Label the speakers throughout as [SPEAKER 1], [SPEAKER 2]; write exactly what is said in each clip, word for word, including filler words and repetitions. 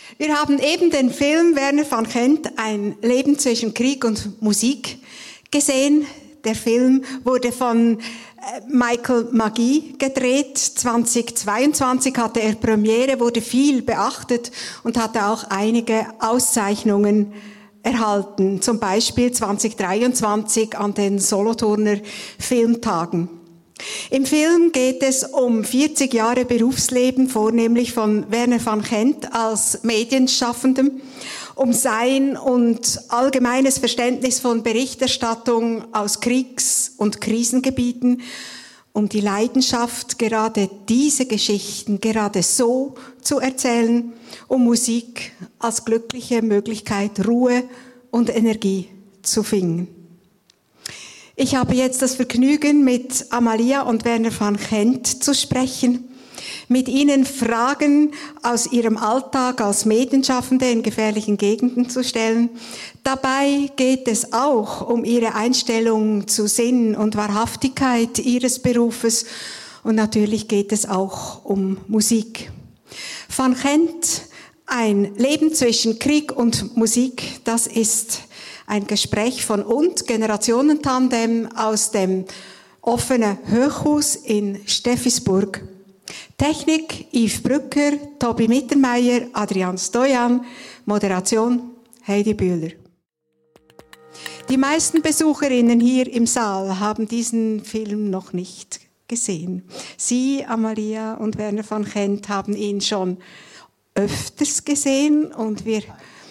[SPEAKER 1] Wir haben eben den Film Wernher van Gent, ein Leben zwischen Krieg und Musik, gesehen. Der Film wurde von Michael Magee gedreht. zweitausendzweiundzwanzig hatte er Premiere, wurde viel beachtet und hatte auch einige Auszeichnungen erhalten. Zum Beispiel zweitausenddreiundzwanzig an den Solothurner Filmtagen. Im Film geht es um vierzig Jahre Berufsleben, vornehmlich von Wernher van Gent als Medienschaffendem, um sein und allgemeines Verständnis von Berichterstattung aus Kriegs- und Krisengebieten, um die Leidenschaft, gerade diese Geschichten gerade so zu erzählen, um Musik als glückliche Möglichkeit, Ruhe und Energie zu finden. Ich habe jetzt das Vergnügen, mit Amalia und Wernher van Gent zu sprechen, mit ihnen Fragen aus ihrem Alltag als Medienschaffende in gefährlichen Gegenden zu stellen. Dabei geht es auch um ihre Einstellung zu Sinn und Wahrhaftigkeit ihres Berufes und natürlich geht es auch um Musik. Van Gent, ein Leben zwischen Krieg und Musik, das ist ein Gespräch von und Generationentandem aus dem offenen Hochhaus in Steffisburg. Technik Yves Brücker, Tobi Mittermeier, Adrian Stojan, Moderation Heidi Bühler. Die meisten Besucherinnen hier im Saal haben diesen Film noch nicht gesehen. Sie, Amalia und Wernher van Gent, haben ihn schon öfters gesehen und wir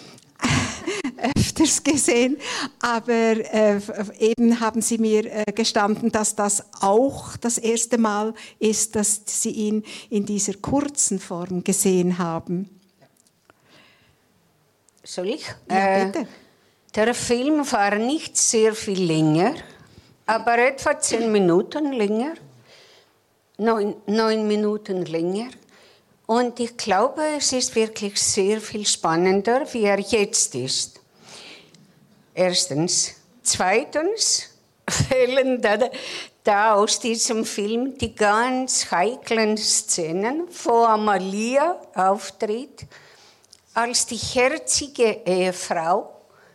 [SPEAKER 1] öfters gesehen, aber äh, eben haben Sie mir äh, gestanden, dass das auch das erste Mal ist, dass Sie ihn in dieser kurzen Form gesehen haben.
[SPEAKER 2] Soll ich?
[SPEAKER 1] Ja, bitte.
[SPEAKER 2] Äh, der Film war nicht sehr viel länger, aber etwa zehn Minuten länger, neun, neun Minuten länger. Und ich glaube, es ist wirklich sehr viel spannender, wie er jetzt ist. Erstens. Zweitens fehlen da, da aus diesem Film die ganz heiklen Szenen, wo Amalia auftritt, als die herzige Ehefrau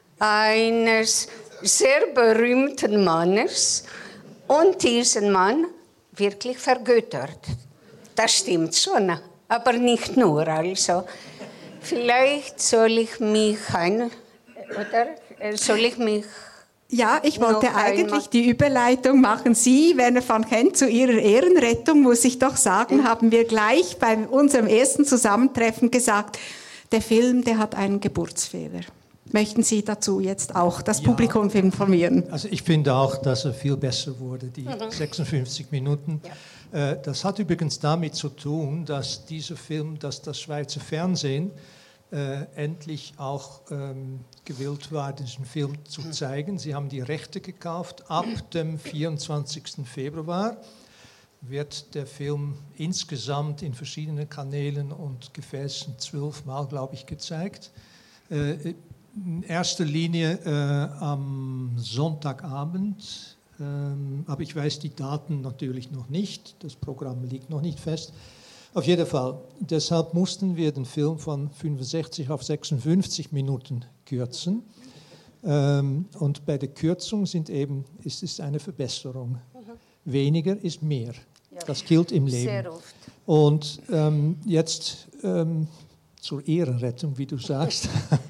[SPEAKER 2] eines sehr berühmten Mannes und diesen Mann wirklich vergöttert. Das stimmt schon, aber nicht nur. Also, vielleicht soll ich mich ein, oder soll ich mich
[SPEAKER 1] Ja, ich wollte eigentlich die Überleitung machen. Sie, Wernher van Gent, zu Ihrer Ehrenrettung, muss ich doch sagen, mhm. haben wir gleich bei unserem ersten Zusammentreffen gesagt, der Film, der hat einen Geburtsfehler. Möchten Sie dazu jetzt auch das ja, Publikum informieren?
[SPEAKER 3] Also ich finde auch, dass er viel besser wurde, die mhm. sechsundfünfzig Minuten. Ja. Äh, das hat übrigens damit zu tun, dass dieser Film, dass das Schweizer Fernsehen äh, endlich auch ähm, gewillt war, diesen Film zu mhm. zeigen. Sie haben die Rechte gekauft. Ab dem vierundzwanzigsten Februar wird der Film insgesamt in verschiedenen Kanälen und Gefäßen zwölfmal, glaube ich, gezeigt. Äh, In erster Linie äh, am Sonntagabend, ähm, aber ich weiß die Daten natürlich noch nicht, das Programm liegt noch nicht fest. Auf jeden Fall, deshalb mussten wir den Film von fünfundsechzig auf sechsundfünfzig Minuten kürzen. Ähm, und bei der Kürzung sind eben, ist es eine Verbesserung. Mhm. Weniger ist mehr. Ja. Das gilt im Leben.
[SPEAKER 2] Sehr oft.
[SPEAKER 3] Und ähm, jetzt ähm, zur Ehrenrettung, wie du sagst.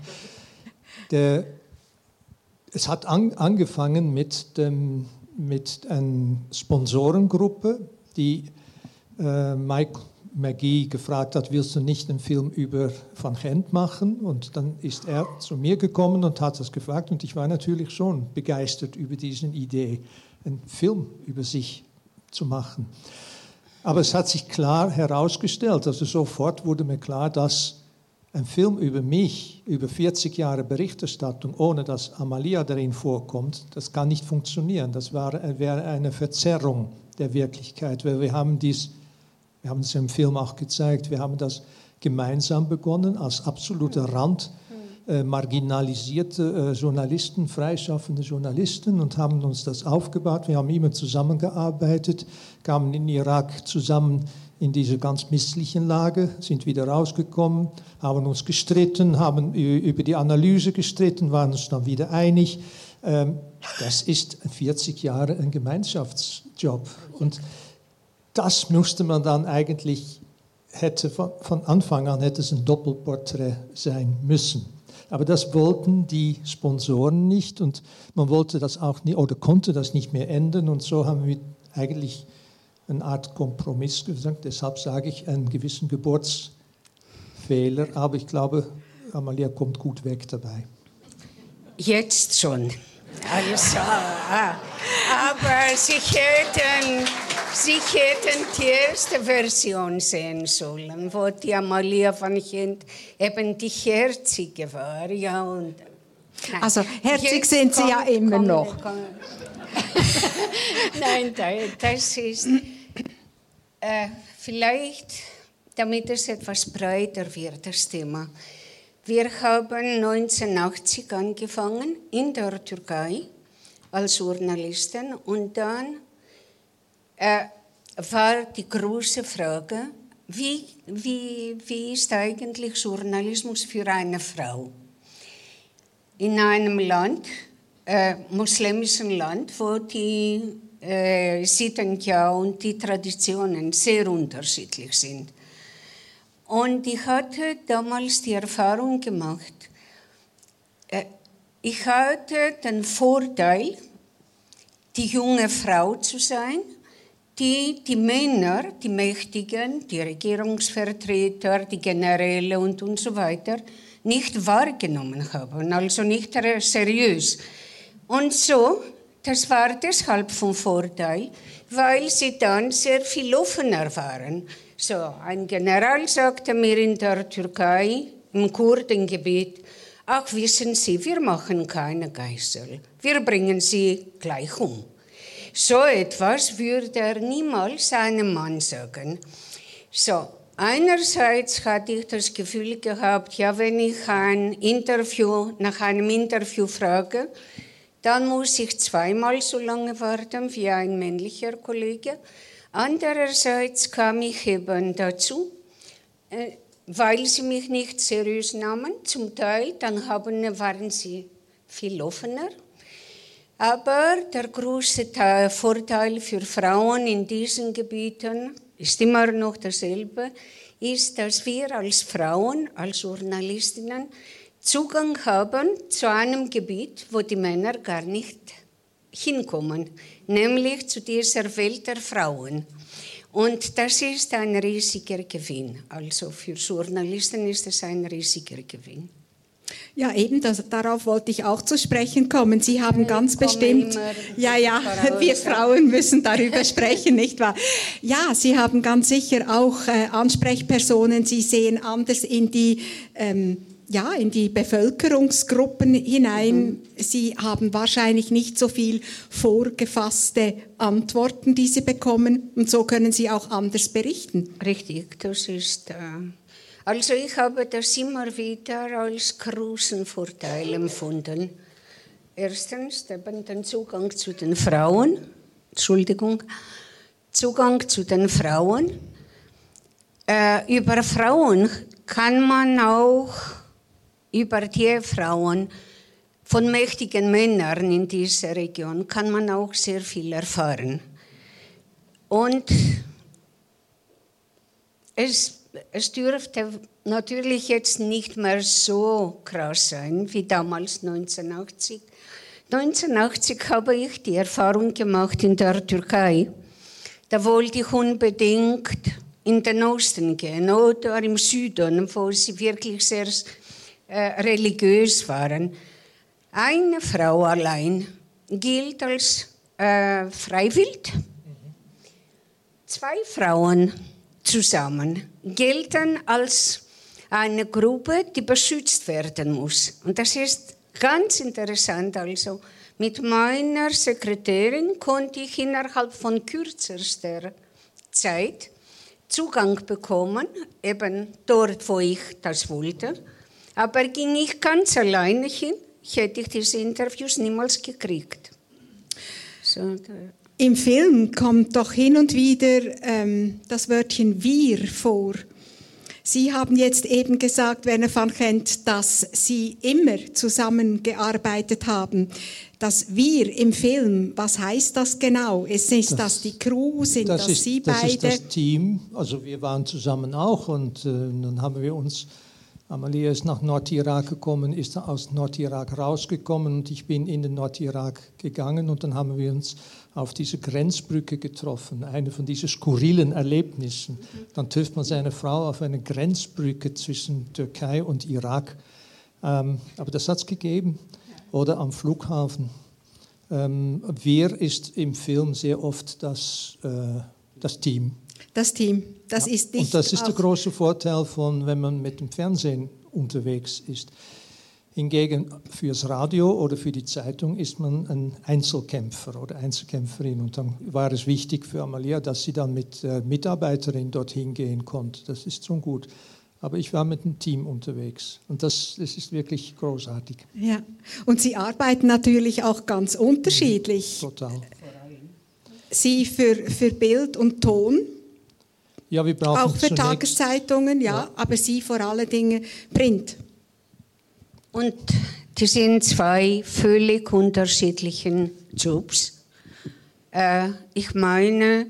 [SPEAKER 3] Der, es hat an, angefangen mit, dem, mit einer Sponsorengruppe, die äh, Mike Magee gefragt hat, willst du nicht einen Film über Van Gent machen? Und dann ist er zu mir gekommen und hat das gefragt und ich war natürlich schon begeistert über diese Idee, einen Film über sich zu machen. Aber es hat sich klar herausgestellt, also sofort wurde mir klar, dass ein Film über mich, über vierzig Jahre Berichterstattung, ohne dass Amalia darin vorkommt, das kann nicht funktionieren. Das wäre, wäre eine Verzerrung der Wirklichkeit, weil wir haben dies, wir haben es im Film auch gezeigt, wir haben das gemeinsam begonnen, als absoluter Rand, äh, marginalisierte äh, Journalisten, freischaffende Journalisten und haben uns das aufgebaut. Wir haben immer zusammengearbeitet, kamen in Irak zusammen in dieser ganz misslichen Lage, sind wieder rausgekommen, haben uns gestritten, haben über die Analyse gestritten, waren uns dann wieder einig. Das ist vierzig Jahre ein Gemeinschaftsjob. Und das musste man dann eigentlich, hätte von, von Anfang an hätte es ein Doppelporträt sein müssen. Aber das wollten die Sponsoren nicht und man wollte das auch nicht oder konnte das nicht mehr ändern. Und so haben wir eigentlich eine Art Kompromiss gesagt. Deshalb sage ich einen gewissen Geburtsfehler. Aber ich glaube, Amalia kommt gut weg dabei.
[SPEAKER 2] Jetzt schon. Also, aber Sie hätten, Sie hätten die erste Version sehen sollen, wo die Amalia van Gent eben die Herzige war. Ja, und
[SPEAKER 1] also herzig jetzt sind Sie komm, ja immer komm, noch. Komm.
[SPEAKER 2] Nein, das ist äh, vielleicht, damit es etwas breiter wird, das Thema. Wir haben neunzehnhundertachtzig angefangen in der Türkei als Journalisten und dann äh, war die große Frage, wie, wie, wie ist eigentlich Journalismus für eine Frau? In einem Land, äh, muslimischen Land, wo die äh, Sitten ja und die Traditionen sehr unterschiedlich sind. Und ich hatte damals die Erfahrung gemacht, äh, ich hatte den Vorteil, die junge Frau zu sein, die die Männer, die Mächtigen, die Regierungsvertreter, die Generäle und, und so weiter nicht wahrgenommen haben, also nicht seriös. Und so, das war deshalb von Vorteil, weil sie dann sehr viel offener waren. So, ein General sagte mir in der Türkei, im Kurdengebiet, ach, wissen Sie, wir machen keine Geisel, wir bringen sie gleich um. So etwas würde er niemals einem Mann sagen. So, einerseits hatte ich das Gefühl gehabt, ja, wenn ich ein Interview, nach einem Interview frage, dann muss ich zweimal so lange warten wie ein männlicher Kollege. Andererseits kam ich eben dazu, weil sie mich nicht seriös nahmen, zum Teil, dann haben, waren sie viel offener. Aber der große Vorteil für Frauen in diesen Gebieten ist immer noch dasselbe, ist, dass wir als Frauen, als Journalistinnen Zugang haben zu einem Gebiet, wo die Männer gar nicht hinkommen, nämlich zu dieser Welt der Frauen. Und das ist ein riesiger Gewinn. Also für Journalisten ist es ein riesiger Gewinn.
[SPEAKER 1] Ja, eben, das, darauf wollte ich auch zu sprechen kommen. Sie haben ja, ganz bestimmt, ja, ja, wir Frauen müssen darüber sprechen, nicht wahr? Ja, Sie haben ganz sicher auch äh, Ansprechpersonen, Sie sehen anders in die, ähm, ja, in die Bevölkerungsgruppen hinein. Mhm. Sie haben wahrscheinlich nicht so viel vorgefasste Antworten, die Sie bekommen, und so können Sie auch anders berichten.
[SPEAKER 2] Richtig, das ist... Äh Also ich habe das immer wieder als großen Vorteil empfunden. Erstens eben den Zugang zu den Frauen, Entschuldigung, Zugang zu den Frauen. Äh, über Frauen kann man auch, über die Frauen von mächtigen Männern in dieser Region, kann man auch sehr viel erfahren. Und es Es dürfte natürlich jetzt nicht mehr so krass sein wie damals neunzehnhundertachtzig. neunzehnhundertachtzig habe ich die Erfahrung gemacht in der Türkei. Da wollte ich unbedingt in den Osten gehen oder im Süden, wo sie wirklich sehr äh, religiös waren. Eine Frau allein gilt als äh, freiwillig. Zwei Frauen zusammen gelten als eine Gruppe, die beschützt werden muss. Und das ist ganz interessant. Also mit meiner Sekretärin konnte ich innerhalb von kürzester Zeit Zugang bekommen, eben dort, wo ich das wollte. Aber ging ich ganz alleine hin, hätte ich diese Interviews niemals gekriegt. So,
[SPEAKER 1] im Film kommt doch hin und wieder ähm, das Wörtchen wir vor. Sie haben jetzt eben gesagt, Werner van Gent, dass Sie immer zusammengearbeitet haben. Das wir im Film, was heißt das genau? Ist, ist das, das die Crew, sind das,
[SPEAKER 3] das ist,
[SPEAKER 1] Sie beide?
[SPEAKER 3] Das ist das Team, also wir waren zusammen auch und äh, dann haben wir uns, Amalia ist nach Nordirak gekommen, ist aus Nordirak rausgekommen und ich bin in den Nordirak gegangen und dann haben wir uns auf diese Grenzbrücke getroffen, eine von diesen skurrilen Erlebnissen. Dann trifft man seine Frau auf einer Grenzbrücke zwischen Türkei und Irak. Ähm, aber das hat es gegeben. Oder am Flughafen. Ähm, wir ist im Film sehr oft das, äh, das Team.
[SPEAKER 1] Das Team, das
[SPEAKER 3] ja.
[SPEAKER 1] ist nicht
[SPEAKER 3] Und das ist
[SPEAKER 1] auch
[SPEAKER 3] der große Vorteil, von, wenn man mit dem Fernsehen unterwegs ist. Hingegen fürs Radio oder für die Zeitung ist man ein Einzelkämpfer oder Einzelkämpferin. Und dann war es wichtig für Amalia, dass sie dann mit äh, Mitarbeiterin dorthin gehen konnte. Das ist schon gut. Aber ich war mit einem Team unterwegs. Und das, das ist wirklich großartig.
[SPEAKER 1] Ja. Und Sie arbeiten natürlich auch ganz unterschiedlich.
[SPEAKER 3] Total.
[SPEAKER 1] Sie für, für Bild und Ton.
[SPEAKER 3] Ja, wir brauchen
[SPEAKER 1] auch für
[SPEAKER 3] zunächst,
[SPEAKER 1] Tageszeitungen, ja, ja, aber Sie vor allen Dingen Print.
[SPEAKER 2] Und das sind zwei völlig unterschiedliche Jobs. Äh, ich meine,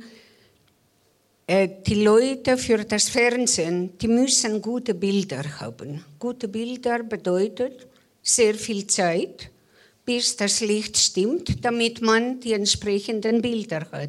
[SPEAKER 2] äh, die Leute für das Fernsehen, die müssen gute Bilder haben. Gute Bilder bedeutet sehr viel Zeit, bis das Licht stimmt, damit man die entsprechenden Bilder hat.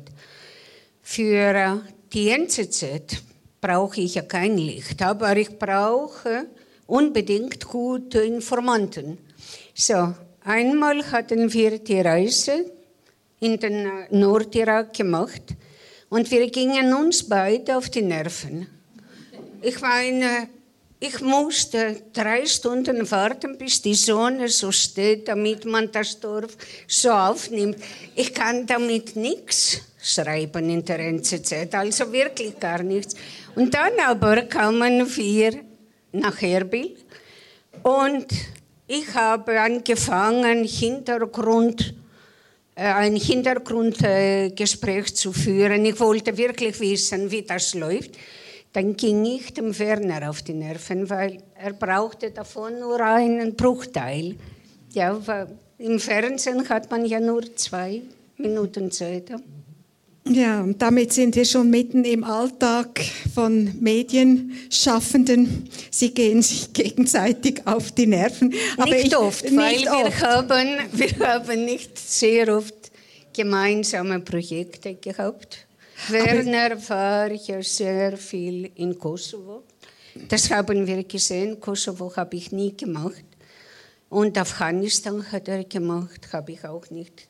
[SPEAKER 2] Für äh, die N Z Z brauche ich ja kein Licht, aber ich brauche unbedingt gute Informanten. So, einmal hatten wir die Reise in den Nordirak gemacht und wir gingen uns beide auf die Nerven. Ich meine, ich musste drei Stunden warten, bis die Sonne so steht, damit man das Dorf so aufnimmt. Ich kann damit nichts schreiben in der N Z Z, also wirklich gar nichts. Und dann aber kamen wir nach Erbil und ich habe angefangen, Hintergrund, äh, ein Hintergrundgespräch äh, zu führen. Ich wollte wirklich wissen, wie das läuft. Dann ging ich dem Werner auf die Nerven, weil er brauchte davon nur einen Bruchteil. Ja, weil im Fernsehen hat man ja nur zwei Minuten Zeit.
[SPEAKER 1] Ja, und damit sind wir schon mitten im Alltag von Medienschaffenden. Sie gehen sich gegenseitig auf die Nerven.
[SPEAKER 2] Aber nicht ich, oft, nicht weil
[SPEAKER 1] oft.
[SPEAKER 2] Wir, haben, wir haben nicht sehr oft gemeinsame Projekte gehabt. Werner war ja sehr viel in Kosovo. Das haben wir gesehen. Kosovo habe ich nie gemacht. Und Afghanistan hat er gemacht, habe ich auch nicht.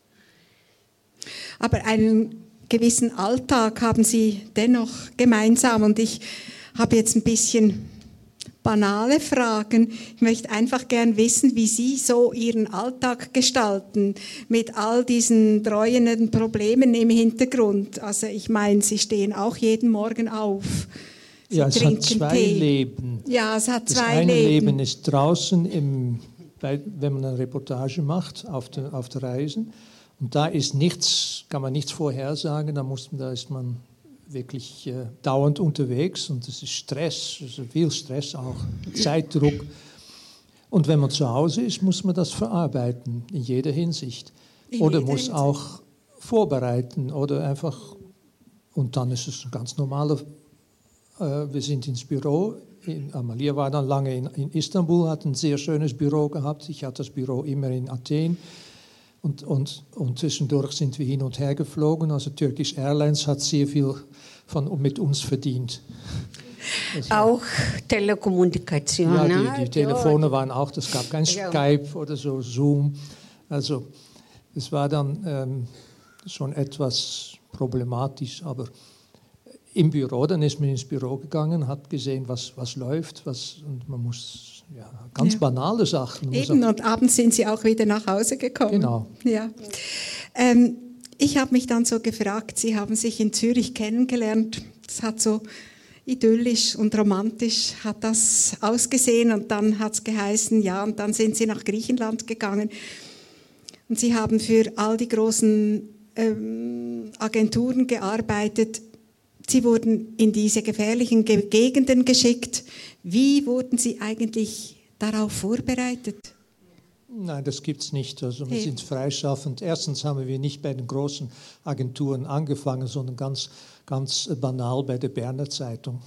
[SPEAKER 1] Aber einen gewissen Alltag haben Sie dennoch gemeinsam. Und ich habe jetzt ein bisschen banale Fragen. Ich möchte einfach gern wissen, wie Sie so Ihren Alltag gestalten mit all diesen dreuenden Problemen im Hintergrund. Also ich meine, Sie stehen auch jeden Morgen auf. Sie
[SPEAKER 3] ja, es
[SPEAKER 1] trinken
[SPEAKER 3] hat zwei
[SPEAKER 1] Tee.
[SPEAKER 3] Leben.
[SPEAKER 1] Ja, es hat
[SPEAKER 3] das
[SPEAKER 1] zwei
[SPEAKER 3] eine
[SPEAKER 1] Leben.
[SPEAKER 3] Leben ist draußen, im, bei, wenn man eine Reportage macht auf der, auf der Reisen. Und da ist nichts, kann man nichts vorhersagen, da, muss, da ist man wirklich äh, dauernd unterwegs und es ist Stress, also viel Stress auch, Zeitdruck. Und wenn man zu Hause ist, muss man das verarbeiten, in jeder Hinsicht. In oder jeder muss Hinsicht. Auch vorbereiten oder einfach, und dann ist es ein ganz normaler, äh, wir sind ins Büro, in, Amalia war dann lange in, in Istanbul, hat ein sehr schönes Büro gehabt, ich hatte das Büro immer in Athen. Und, und, und zwischendurch sind wir hin und her geflogen. Also Turkish Airlines hat sehr viel von, mit uns verdient.
[SPEAKER 2] Also, auch Telekommunikation.
[SPEAKER 3] Ja, die, die Telefone waren auch, es gab kein Skype oder so, Zoom. Also es war dann ähm, schon etwas problematisch, aber im Büro, dann ist man ins Büro gegangen, hat gesehen, was, was läuft, was, und man muss... Ja, ganz ja. banale Sachen.
[SPEAKER 1] Eben, und abends sind Sie auch wieder nach Hause gekommen.
[SPEAKER 3] Genau.
[SPEAKER 1] Ja. Ähm, ich habe mich dann so gefragt, Sie haben sich in Zürich kennengelernt. Das hat so idyllisch und romantisch hat das ausgesehen und dann hat es geheißen, ja, und dann sind Sie nach Griechenland gegangen und Sie haben für all die großen ähm, Agenturen gearbeitet. Sie wurden in diese gefährlichen Ge- Gegenden geschickt. Wie wurden Sie eigentlich darauf vorbereitet?
[SPEAKER 3] Nein, das gibt es nicht. Also wir
[SPEAKER 1] Hey.
[SPEAKER 3] sind freischaffend. Erstens haben wir nicht bei den großen Agenturen angefangen, sondern ganz, ganz banal bei der Berner Zeitung.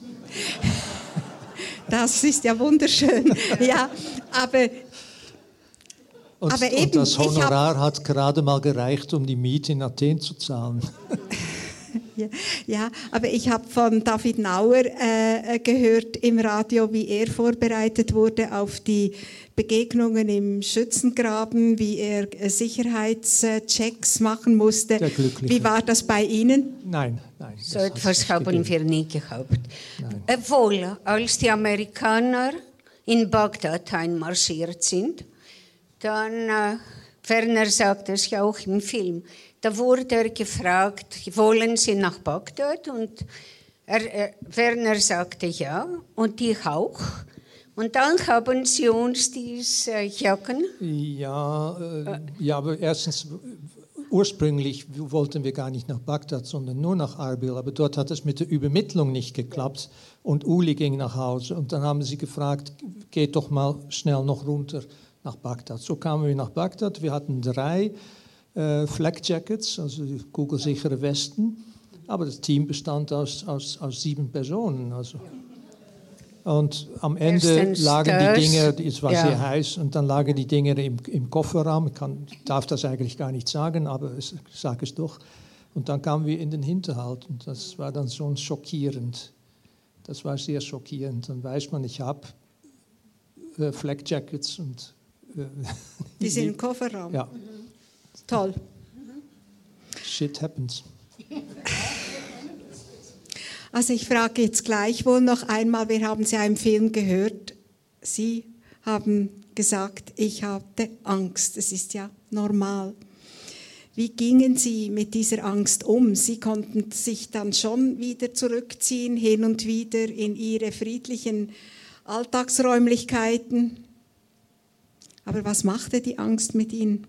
[SPEAKER 1] Das ist ja wunderschön. Ja, aber,
[SPEAKER 3] Und,
[SPEAKER 1] aber eben,
[SPEAKER 3] und das
[SPEAKER 1] ich hab-
[SPEAKER 3] Honorar hat gerade mal gereicht, um die Miete in Athen zu zahlen.
[SPEAKER 1] Ja, ja, aber ich habe von David Nauer äh, gehört im Radio, wie er vorbereitet wurde auf die Begegnungen im Schützengraben, wie er äh, Sicherheitschecks machen musste.
[SPEAKER 3] Der Glückliche.
[SPEAKER 1] Wie war das bei Ihnen?
[SPEAKER 3] Nein, nein.
[SPEAKER 2] So
[SPEAKER 3] das hat's
[SPEAKER 2] etwas
[SPEAKER 3] nicht
[SPEAKER 2] haben
[SPEAKER 3] gegeben.
[SPEAKER 2] wir nie gehabt.
[SPEAKER 3] Nein.
[SPEAKER 2] Obwohl, als die Amerikaner in Bagdad einmarschiert sind, dann, äh, Werner sagt es ja auch im Film, da wurde er gefragt, wollen Sie nach Bagdad? Und er, äh, Werner sagte ja, und ich auch. Und dann haben sie uns diese Jacken.
[SPEAKER 3] Ja, äh, ja, aber erstens, ursprünglich wollten wir gar nicht nach Bagdad, sondern nur nach Arbil. Aber dort hat es mit der Übermittlung nicht geklappt und Uli ging nach Hause. Und dann haben sie gefragt, geht doch mal schnell noch runter nach Bagdad. So kamen wir nach Bagdad. Wir hatten drei äh, Flak Jackets, also kugelsichere Westen. Aber das Team bestand aus, aus, aus sieben Personen. Also. Und am Ende
[SPEAKER 2] Erstens
[SPEAKER 3] lagen
[SPEAKER 2] das,
[SPEAKER 3] die Dinger, es war
[SPEAKER 2] ja.
[SPEAKER 3] sehr heiß, und dann lagen die Dinger im, im Kofferraum. Ich, kann, ich darf das eigentlich gar nicht sagen, aber ich sage es doch. Und dann kamen wir in den Hinterhalt und das war dann schon schockierend. Das war sehr schockierend. Dann weiß man, ich habe äh, Flak Jackets und äh,
[SPEAKER 1] Die sind im Kofferraum.
[SPEAKER 3] ja,
[SPEAKER 1] Toll.
[SPEAKER 3] shit happens.
[SPEAKER 1] Also ich frage jetzt gleichwohl noch einmal, wir haben es ja im Film gehört, Sie haben gesagt, ich hatte Angst, das ist ja normal. Wie gingen Sie mit dieser Angst um? Sie konnten sich dann schon wieder zurückziehen, hin und wieder in Ihre friedlichen Alltagsräumlichkeiten. Aber was machte die Angst mit Ihnen?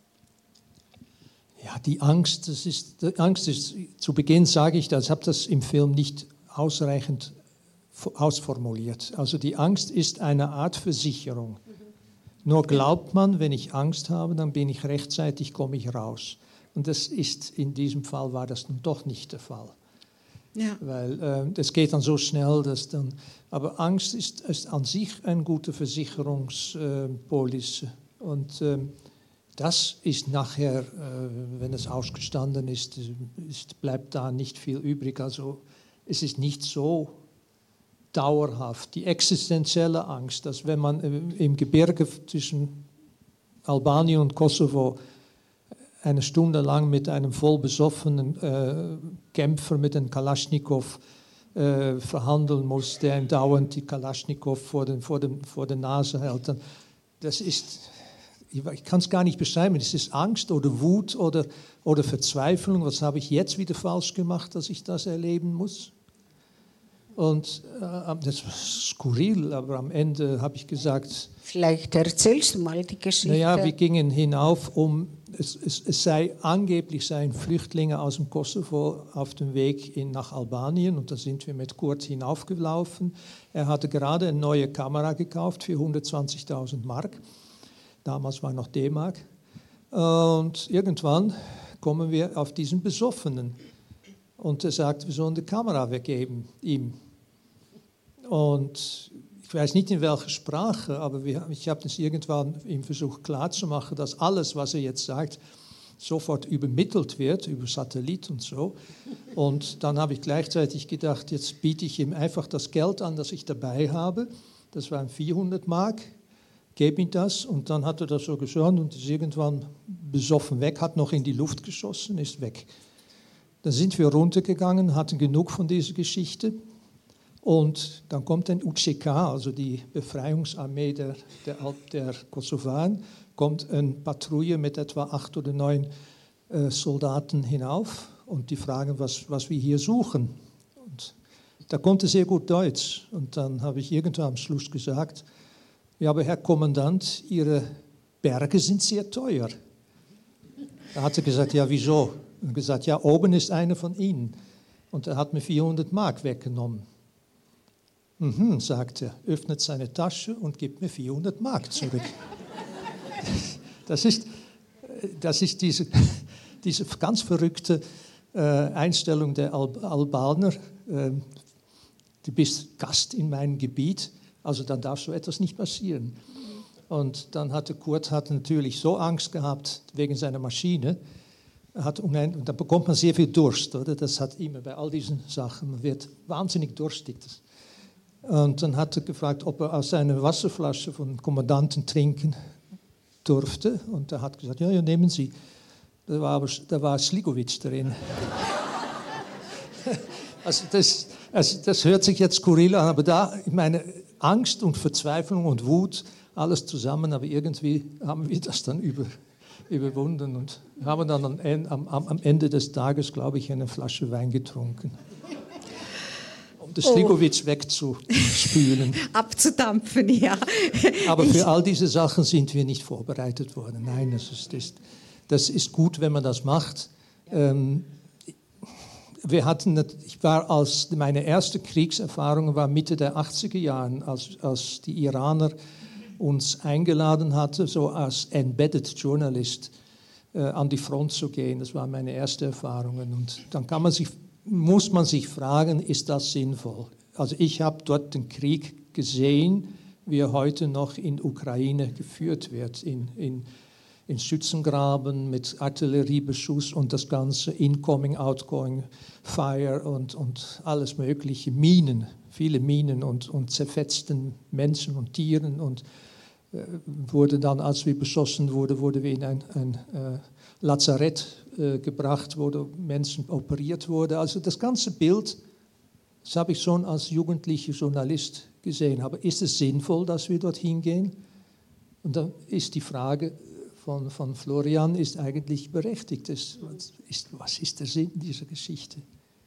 [SPEAKER 3] Ja, die Angst, das ist, die Angst ist, zu Beginn sage ich das, ich habe das im Film nicht ausreichend ausformuliert. Also die Angst ist eine Art Versicherung. Nur glaubt man, wenn ich Angst habe, dann bin ich rechtzeitig, komme ich raus. Und das ist, in diesem Fall war das dann doch nicht der Fall.
[SPEAKER 1] Ja.
[SPEAKER 3] Weil äh, das geht dann so schnell, dass dann, aber Angst ist, ist an sich eine gute Versicherungspolice. Äh, Und ähm, das ist nachher, äh, wenn es ausgestanden ist, ist, bleibt da nicht viel übrig. Also es ist nicht so dauerhaft. Die existenzielle Angst, dass wenn man äh, im Gebirge zwischen Albanien und Kosovo eine Stunde lang mit einem voll besoffenen äh, Kämpfer mit einem Kalaschnikow äh, verhandeln muss, der ihm dauernd die Kalaschnikow vor, den, vor, den, vor der Nase hält, dann, das ist... Ich kann es gar nicht beschreiben, es ist Angst oder Wut oder, oder Verzweiflung. Was habe ich jetzt wieder falsch gemacht, dass ich das erleben muss? Und äh, das war skurril, aber am Ende habe ich gesagt...
[SPEAKER 2] Vielleicht erzählst du mal die Geschichte.
[SPEAKER 3] Naja, wir gingen hinauf, um... Es, es, es sei angeblich seien Flüchtlinge aus dem Kosovo auf dem Weg in, nach Albanien und da sind wir mit Kurt hinaufgelaufen. Er hatte gerade eine neue Kamera gekauft für hundertzwanzigtausend Mark. Damals war noch D-Mark. Und irgendwann kommen wir auf diesen Besoffenen. Und er sagt, wir sollen die Kamera weggeben, ihm. Und ich weiß nicht in welcher Sprache, aber wir, ich habe das irgendwann ihm versucht klarzumachen, dass alles, was er jetzt sagt, sofort übermittelt wird, über Satellit und so. Und dann habe ich gleichzeitig gedacht, jetzt biete ich ihm einfach das Geld an, das ich dabei habe. Das waren vierhundert Mark. Gebe ihm das und dann hat er das so geschaut und ist irgendwann besoffen weg, hat noch in die Luft geschossen, ist weg. Dann sind wir runtergegangen, hatten genug von dieser Geschichte und dann kommt ein U C K, also die Befreiungsarmee der, der, der Kosovaren, kommt eine Patrouille mit etwa acht oder neun äh, Soldaten hinauf und die fragen, was, was wir hier suchen. Und da konnte sehr gut Deutsch und dann habe ich irgendwann am Schluss gesagt, ja, aber Herr Kommandant, Ihre Berge sind sehr teuer. Da hat er gesagt, ja, wieso? Und gesagt, ja, oben ist einer von Ihnen. Und er hat mir vierhundert Mark weggenommen. Mhm, sagt er, öffnet seine Tasche und gibt mir vierhundert Mark zurück. Das ist, das ist diese, diese ganz verrückte äh, Einstellung der Al- Albaner. Äh, du bist Gast in meinem Gebiet, also dann darf so etwas nicht passieren. Und dann hatte Kurt hatte natürlich so Angst gehabt wegen seiner Maschine. Er hat unheim- und da bekommt man sehr viel Durst, oder? Das hat immer bei all diesen Sachen, man wird wahnsinnig durstig. Das, und dann hat er gefragt, ob er aus seiner Wasserflasche vom Kommandanten trinken durfte. Und er hat gesagt, ja, ja, nehmen Sie. Da war aber da war Sligovic drin. also, das, also das hört sich jetzt skurril an, aber da, ich meine, Angst und Verzweiflung und Wut, alles zusammen, aber irgendwie haben wir das dann über, überwunden und haben dann am, am, am Ende des Tages, glaube ich, eine Flasche Wein getrunken. Das Sligovic oh. wegzuspülen.
[SPEAKER 1] Abzudampfen, ja.
[SPEAKER 3] Aber für all diese Sachen sind wir nicht vorbereitet worden. Nein, das ist, das, das ist gut, wenn man das macht. Ähm, wir hatten, ich war als, meine erste Kriegserfahrung war Mitte der achtziger Jahre, als, als die Iraner uns eingeladen hatten, so als Embedded Journalist äh, an die Front zu gehen. Das waren meine ersten Erfahrungen. Und dann kann man sich muss man sich fragen, ist das sinnvoll? Also ich habe dort den Krieg gesehen, wie er heute noch in Ukraine geführt wird, in, in, in Schützengraben mit Artilleriebeschuss und das ganze Incoming, Outgoing Fire und, und alles mögliche, Minen, viele Minen und, und zerfetzten Menschen und Tieren und äh, wurde dann, als wir beschossen wurden, wurde wir in ein, ein äh, Lazarett äh, gebracht, wo Menschen operiert wurden. Also das ganze Bild, das habe ich schon als jugendlicher Journalist gesehen. Aber ist es sinnvoll, dass wir dorthin gehen? Und dann ist die Frage von, von Florian ist eigentlich berechtigt. Was ist, was ist der Sinn dieser Geschichte?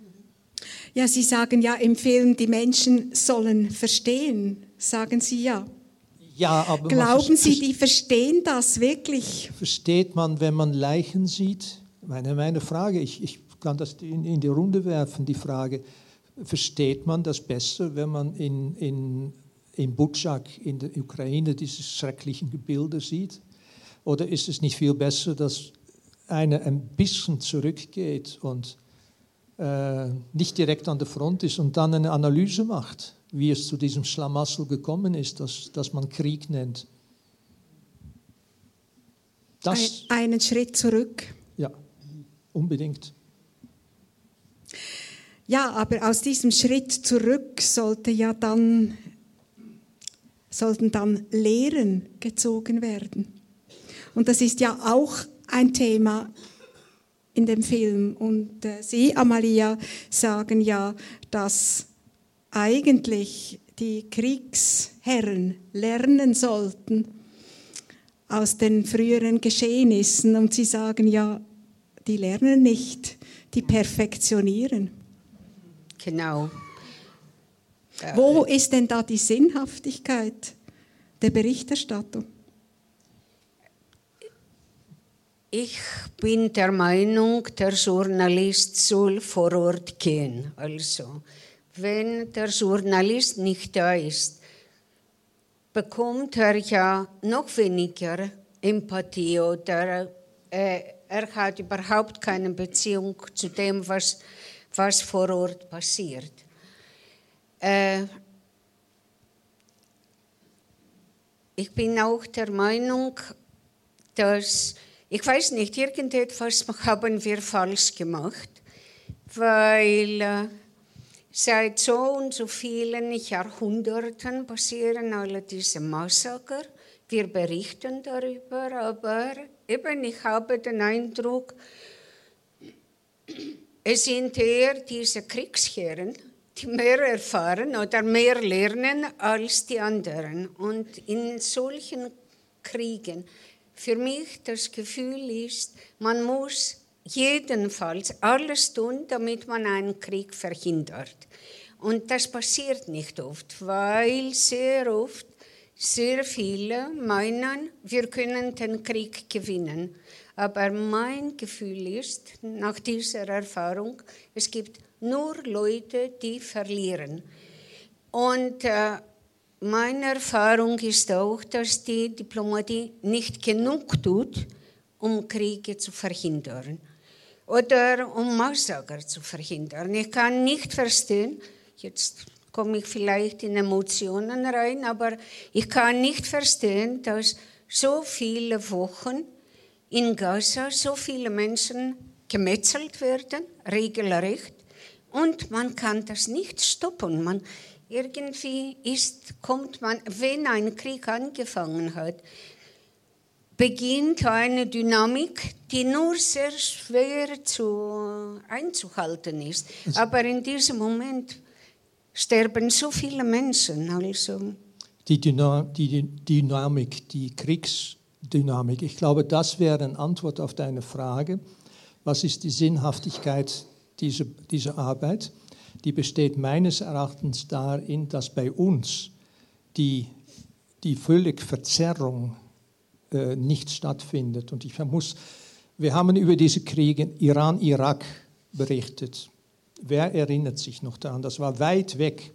[SPEAKER 1] Ja, Sie sagen ja im Film, die Menschen sollen verstehen, sagen Sie ja.
[SPEAKER 3] Ja, aber
[SPEAKER 1] Glauben Sie, die verstehen das wirklich?
[SPEAKER 3] Versteht man, wenn man Leichen sieht? Meine, meine Frage, ich, ich kann das in, in die Runde werfen, die Frage, versteht man das besser, wenn man in, in, in Butschak in der Ukraine diese schrecklichen Gebilde sieht? Oder ist es nicht viel besser, dass einer ein bisschen zurückgeht und äh, nicht direkt an der Front ist und dann eine Analyse macht, wie es zu diesem Schlamassel gekommen ist, das, das man Krieg nennt? Das,
[SPEAKER 1] Ein, einen Schritt zurück.
[SPEAKER 3] Ja, unbedingt.
[SPEAKER 1] Ja, aber aus diesem Schritt zurück sollte ja dann, sollten dann Lehren gezogen werden. Und das ist ja auch ein Thema in dem Film. Und äh, Sie, Amalia, sagen ja, dass eigentlich die Kriegsherren lernen sollten aus den früheren Geschehnissen. Und Sie sagen ja, die lernen nicht, die perfektionieren.
[SPEAKER 2] Genau.
[SPEAKER 1] Wo ist denn da die Sinnhaftigkeit der Berichterstattung?
[SPEAKER 2] Ich bin der Meinung, der Journalist soll vor Ort gehen. Also, wenn der Journalist nicht da ist, bekommt er ja noch weniger Empathie oder äh, er hat überhaupt keine Beziehung zu dem, was, was vor Ort passiert. Äh, ich bin auch der Meinung, dass, ich weiß nicht, irgendetwas haben wir falsch gemacht, weil äh, seit so und so vielen Jahrhunderten passieren alle diese Massaker. Wir berichten darüber, aber eben ich habe den Eindruck, es sind eher diese Kriegsherren, die mehr erfahren oder mehr lernen als die anderen. Und in solchen Kriegen, für mich das Gefühl ist, man muss jedenfalls alles tun, damit man einen Krieg verhindert. Und das passiert nicht oft, weil sehr oft sehr viele meinen, wir können den Krieg gewinnen. Aber mein Gefühl ist, nach dieser Erfahrung, es gibt nur Leute, die verlieren. Und äh, meine Erfahrung ist auch, dass die Diplomatie nicht genug tut, um Kriege zu verhindern oder um Massaker zu verhindern. Ich kann nicht verstehen, jetzt komme ich vielleicht in Emotionen rein, aber ich kann nicht verstehen, dass so viele Wochen in Gaza so viele Menschen gemetzelt werden, regelrecht, und man kann das nicht stoppen. Man, irgendwie ist, kommt man, wenn ein Krieg angefangen hat, beginnt eine Dynamik, die nur sehr schwer zu, einzuhalten ist. Aber in diesem Moment sterben so viele Menschen. Also.
[SPEAKER 3] Die, Dyna- die Dynamik, die Kriegsdynamik, ich glaube, das wäre eine Antwort auf deine Frage. Was ist die Sinnhaftigkeit dieser, dieser Arbeit? Die besteht meines Erachtens darin, dass bei uns die, die völlige Verzerrung äh, nicht stattfindet. Und ich muss, wir haben über diese Kriege Iran-Irak berichtet. Wer erinnert sich noch daran? Das war weit weg.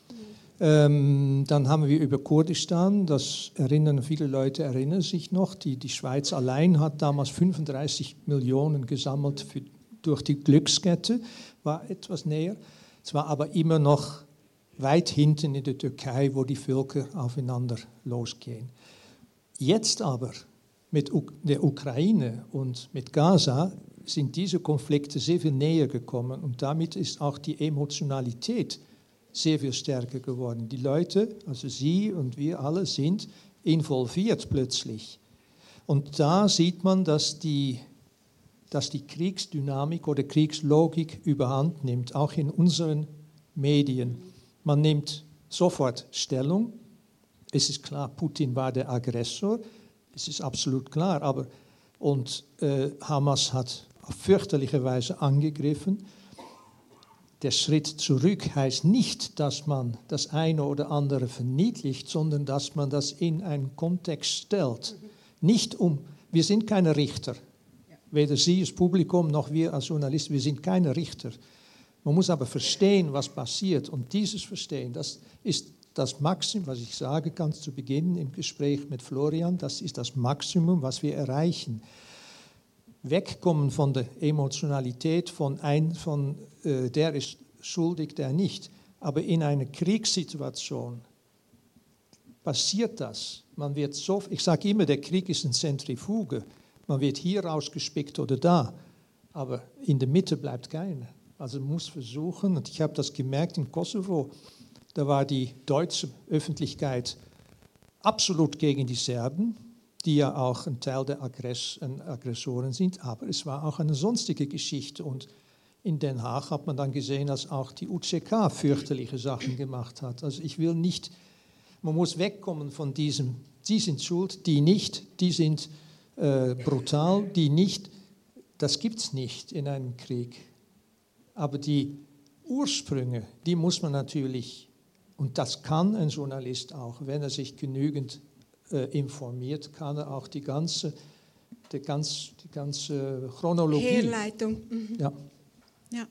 [SPEAKER 3] Ähm, dann haben wir über Kurdistan, das erinnern viele Leute, erinnern sich noch, die, die Schweiz allein hat damals fünfunddreißig Millionen gesammelt für, durch die Glückskette, war etwas näher. Es war aber immer noch weit hinten in der Türkei, wo die Völker aufeinander losgehen. Jetzt aber mit der Ukraine und mit Gaza sind diese Konflikte sehr viel näher gekommen und damit ist auch die Emotionalität sehr viel stärker geworden. Die Leute, also Sie und wir alle, sind involviert plötzlich. Und da sieht man, dass die, dass die Kriegsdynamik oder Kriegslogik überhand nimmt, auch in unseren Medien. Man nimmt sofort Stellung. Es ist klar, Putin war der Aggressor. Es ist absolut klar. Aber, und äh, Hamas hat auf fürchterliche Weise angegriffen. Der Schritt zurück heißt nicht, dass man das eine oder andere verniedlicht, sondern dass man das in einen Kontext stellt. Nicht um, wir sind keine Richter. Weder Sie als Publikum noch wir als Journalisten, wir sind keine Richter. Man muss aber verstehen, was passiert. Und dieses Verstehen, das ist das Maximum, was ich sage ganz zu Beginn im Gespräch mit Florian, das ist das Maximum, was wir erreichen. Wegkommen von der Emotionalität, von, ein, von äh, der ist schuldig, der nicht. Aber in einer Kriegssituation passiert das. Man wird so, ich sage immer, der Krieg ist eine Zentrifuge. Man wird hier rausgespickt oder da, aber in der Mitte bleibt keiner. Also man muss versuchen, und ich habe das gemerkt im Kosovo, da war die deutsche Öffentlichkeit absolut gegen die Serben, die ja auch ein Teil der Aggress- Aggressoren sind, aber es war auch eine sonstige Geschichte. Und in Den Haag hat man dann gesehen, dass auch die U C K fürchterliche Sachen gemacht hat. Also ich will nicht, man muss wegkommen von diesem, die sind schuld, die nicht, die sind äh, brutal, die nicht, das gibt es nicht in einem Krieg. Aber die Ursprünge, die muss man natürlich, und das kann ein Journalist auch, wenn er sich genügend Äh, informiert, kann er auch die ganze, die ganze, die ganze Chronologie.
[SPEAKER 1] Herleitung. Mhm.
[SPEAKER 3] Ja.
[SPEAKER 1] Ja.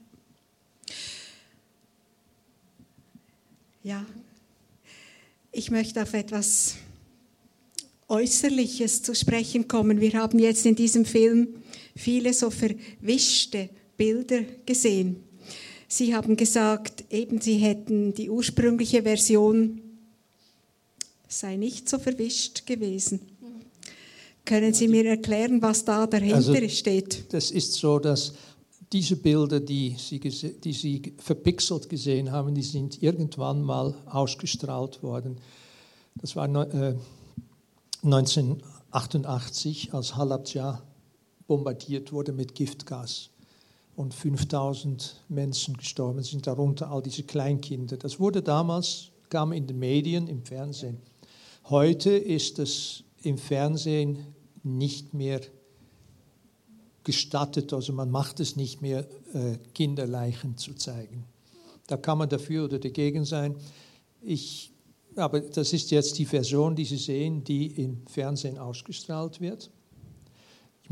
[SPEAKER 1] Ja. Ich möchte auf etwas Äußerliches zu sprechen kommen. Wir haben jetzt in diesem Film viele so verwischte Bilder gesehen. Sie haben gesagt, eben Sie hätten die ursprüngliche Version sei nicht so verwischt gewesen. Können Sie mir erklären, was da dahinter also, steht?
[SPEAKER 3] Das ist so, dass diese Bilder, die Sie, die Sie verpixelt gesehen haben, die sind irgendwann mal ausgestrahlt worden. Das war äh, neunzehnhundertachtundachtzig, als Halabja bombardiert wurde mit Giftgas und fünftausend Menschen gestorben sind, darunter all diese Kleinkinder. Das wurde damals, kam in den Medien, im Fernsehen. Heute ist es im Fernsehen nicht mehr gestattet, also man macht es nicht mehr, äh, Kinderleichen zu zeigen. Da kann man dafür oder dagegen sein. Ich, aber das ist jetzt die Version, die Sie sehen, die im Fernsehen ausgestrahlt wird. Ich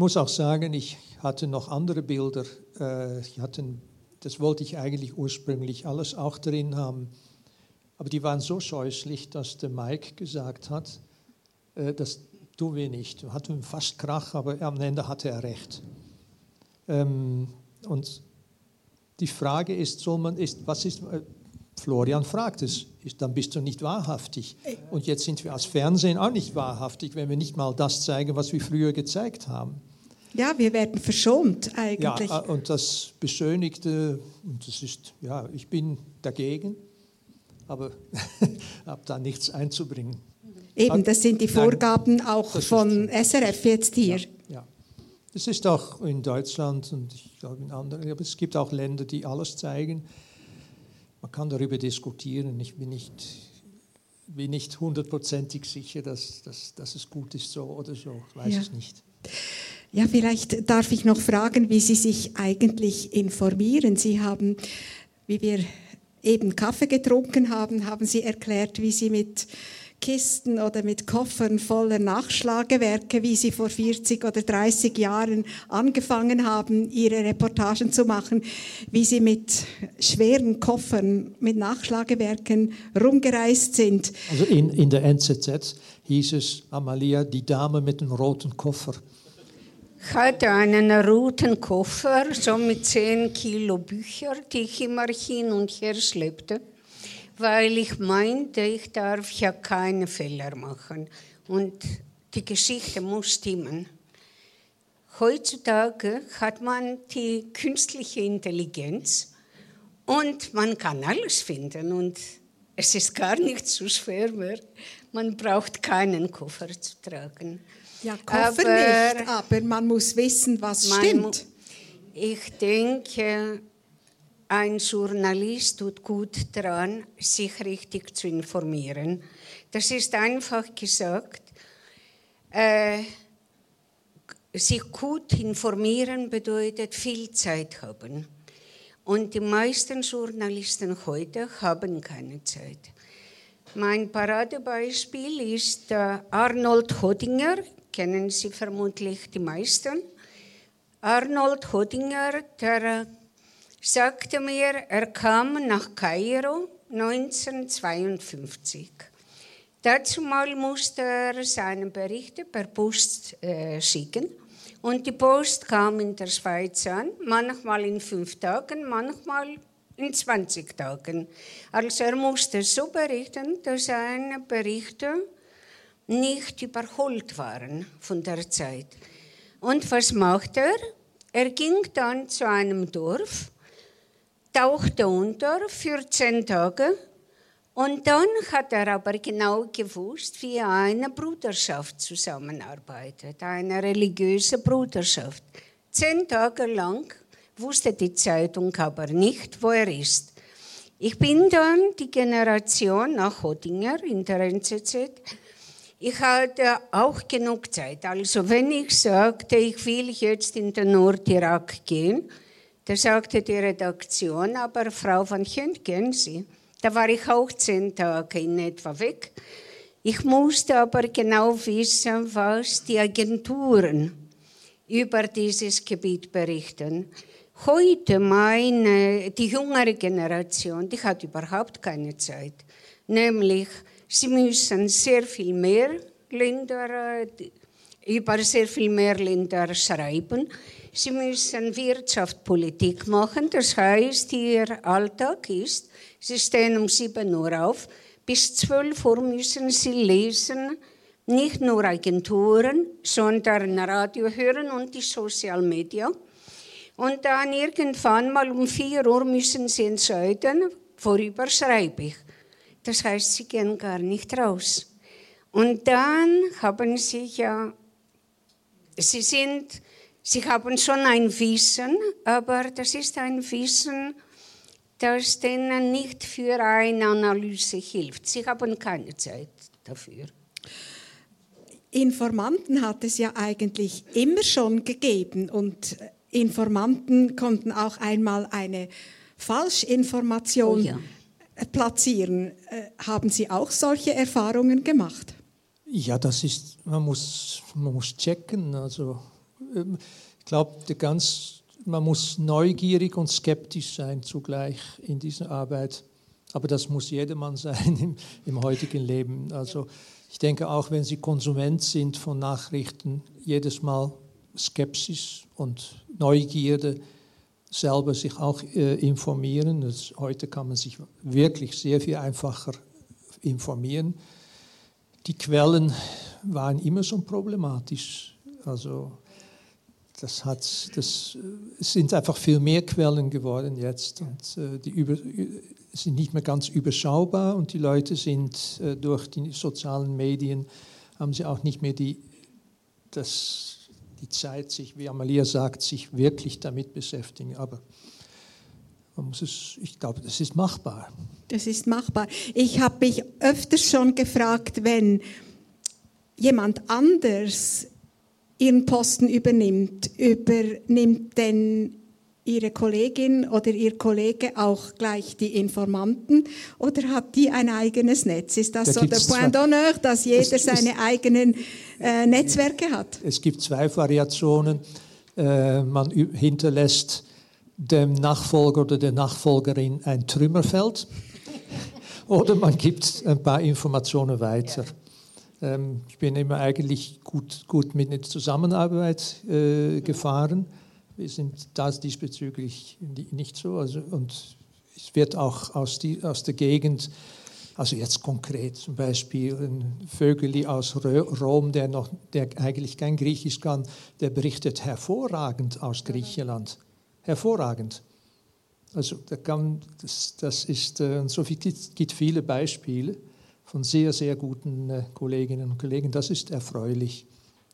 [SPEAKER 3] muss auch sagen, ich hatte noch andere Bilder. Äh, ich hatte, das wollte ich eigentlich ursprünglich alles auch drin haben. Aber die waren so scheußlich, dass der Mike gesagt hat, äh, das tun wir nicht. Wir hatten fast Krach, aber am Ende hatte er recht. Ähm, und die Frage ist, soll man, ist, was ist, äh, Florian fragt es, ist, dann bist du nicht wahrhaftig. Und jetzt sind wir als Fernsehen auch nicht wahrhaftig, wenn wir nicht mal das zeigen, was wir früher gezeigt haben.
[SPEAKER 1] Ja, wir werden verschont eigentlich.
[SPEAKER 3] Ja, und das Beschönigte, und das ist, ja, ich bin dagegen, aber habe da nichts einzubringen.
[SPEAKER 1] Eben, das sind die Vorgaben Nein, auch von S R F jetzt hier.
[SPEAKER 3] Ja, ja. Das ist auch in Deutschland und ich glaube in anderen, aber es gibt auch Länder, die alles zeigen. Man kann darüber diskutieren. Ich bin nicht, bin nicht hundertprozentig sicher, dass, dass, dass es gut ist so oder so. Ich weiß
[SPEAKER 1] ja.
[SPEAKER 3] es nicht.
[SPEAKER 1] Ja, vielleicht darf ich noch fragen, wie Sie sich eigentlich informieren. Sie haben, wie wir eben Kaffee getrunken haben, haben Sie erklärt, wie Sie mit Kisten oder mit Koffern voller Nachschlagewerke, wie Sie vor vierzig oder dreißig Jahren angefangen haben, Ihre Reportagen zu machen, wie Sie mit schweren Koffern, mit Nachschlagewerken rumgereist sind.
[SPEAKER 3] Also in, in der N Z Z hieß es, Amalia, die Dame mit dem roten Koffer.
[SPEAKER 2] Ich hatte einen roten Koffer, so mit zehn Kilo Bücher, die ich immer hin und her schleppte, weil ich meinte, ich darf ja keine Fehler machen und die Geschichte muss stimmen. Heutzutage hat man die künstliche Intelligenz und man kann alles finden und es ist gar nicht so schwer mehr. Man braucht keinen Koffer zu tragen.
[SPEAKER 1] Ja, Koffer aber nicht, aber man muss wissen, was stimmt.
[SPEAKER 2] Ich denke, ein Journalist tut gut daran, sich richtig zu informieren. Das ist einfach gesagt. Äh, sich gut informieren bedeutet viel Zeit haben. Und die meisten Journalisten heute haben keine Zeit. Mein Paradebeispiel ist äh, Arnold Hodinger, kennen Sie vermutlich die meisten. Arnold Hodinger, der sagte mir, er kam nach Kairo neunzehnhundertzweiundfünfzig. Dazu mal musste er seine Berichte per Post äh, schicken. Und die Post kam in der Schweiz an, manchmal in fünf Tagen, manchmal in zwanzig Tagen. Also er musste so berichten, dass seine Berichte nicht überholt waren von der Zeit. Und was macht er? Er ging dann zu einem Dorf, tauchte unter für zehn Tage und dann hat er aber genau gewusst, wie eine Bruderschaft zusammenarbeitet, eine religiöse Bruderschaft. Zehn Tage lang wusste die Zeitung aber nicht, wo er ist. Ich bin dann die Generation nach Hodinger in der N Z Z. Ich hatte auch genug Zeit. Also wenn ich sagte, ich will jetzt in den Nordirak gehen, da sagte die Redaktion, aber Frau van Gent, kennen Sie? Da war ich auch zehn Tage in etwa weg. Ich musste aber genau wissen, was die Agenturen über dieses Gebiet berichten. Heute meine, die jüngere Generation, die hat überhaupt keine Zeit. Nämlich, sie müssen sehr viel mehr Länder, über sehr viel mehr Länder schreiben. Sie müssen Wirtschaft, Politik machen. Das heißt, ihr Alltag ist, sie stehen um sieben Uhr auf, bis zwölf Uhr müssen sie lesen, nicht nur Agenturen, sondern Radio hören und die Social Media. Und dann irgendwann mal um vier Uhr müssen sie entscheiden, worüber schreibe ich. Das heißt, sie gehen gar nicht raus. Und dann haben sie ja, sie sind, sie haben schon ein Wissen, aber das ist ein Wissen, das denen nicht für eine Analyse hilft. Sie haben keine Zeit dafür.
[SPEAKER 1] Informanten hat es ja eigentlich immer schon gegeben und Informanten konnten auch einmal eine Falschinformation oh ja. platzieren. Haben Sie auch solche Erfahrungen gemacht?
[SPEAKER 3] Ja, das ist, man muss, man muss checken. Also ich glaube, ganz, man muss neugierig und skeptisch sein zugleich in dieser Arbeit. Aber das muss jedermann sein im, im heutigen Leben. Also ich denke auch, wenn Sie Konsument sind von Nachrichten, jedes Mal Skepsis und Neugierde, selber sich auch äh, informieren. Das, heute kann man sich wirklich sehr viel einfacher informieren. Die Quellen waren immer schon problematisch. Also das hat, das, es sind einfach viel mehr Quellen geworden jetzt und äh, die über, sind nicht mehr ganz überschaubar und die Leute sind äh, durch die sozialen Medien, haben sie auch nicht mehr die, das, die Zeit, sich, wie Amalia sagt, sich wirklich damit beschäftigen. Aber man muss es, ich glaube, das ist machbar.
[SPEAKER 1] Das ist machbar. Ich habe mich öfters schon gefragt, wenn jemand anders ihren Posten übernimmt, übernimmt denn Ihre Kollegin oder Ihr Kollege auch gleich die Informanten oder hat die ein eigenes Netz? Ist das
[SPEAKER 3] Da
[SPEAKER 1] so der Point d'honneur, dass jeder
[SPEAKER 3] es,
[SPEAKER 1] seine
[SPEAKER 3] es,
[SPEAKER 1] eigenen äh, Netzwerke hat?
[SPEAKER 3] Es gibt zwei Variationen. Äh, man hinterlässt dem Nachfolger oder der Nachfolgerin ein Trümmerfeld oder man gibt ein paar Informationen weiter. Ja. Ähm, ich bin immer eigentlich gut, gut mit einer Zusammenarbeit äh, gefahren. Wir sind das diesbezüglich nicht so. Also, und es wird auch aus, die, aus der Gegend, also jetzt konkret zum Beispiel ein Vögeli aus Rom, der, noch, der eigentlich kein Griechisch kann, der berichtet hervorragend aus Griechenland. Hervorragend. Also da kann, das, das ist, und so viel, es gibt viele Beispiele von sehr, sehr guten äh, Kolleginnen und Kollegen. Das ist erfreulich.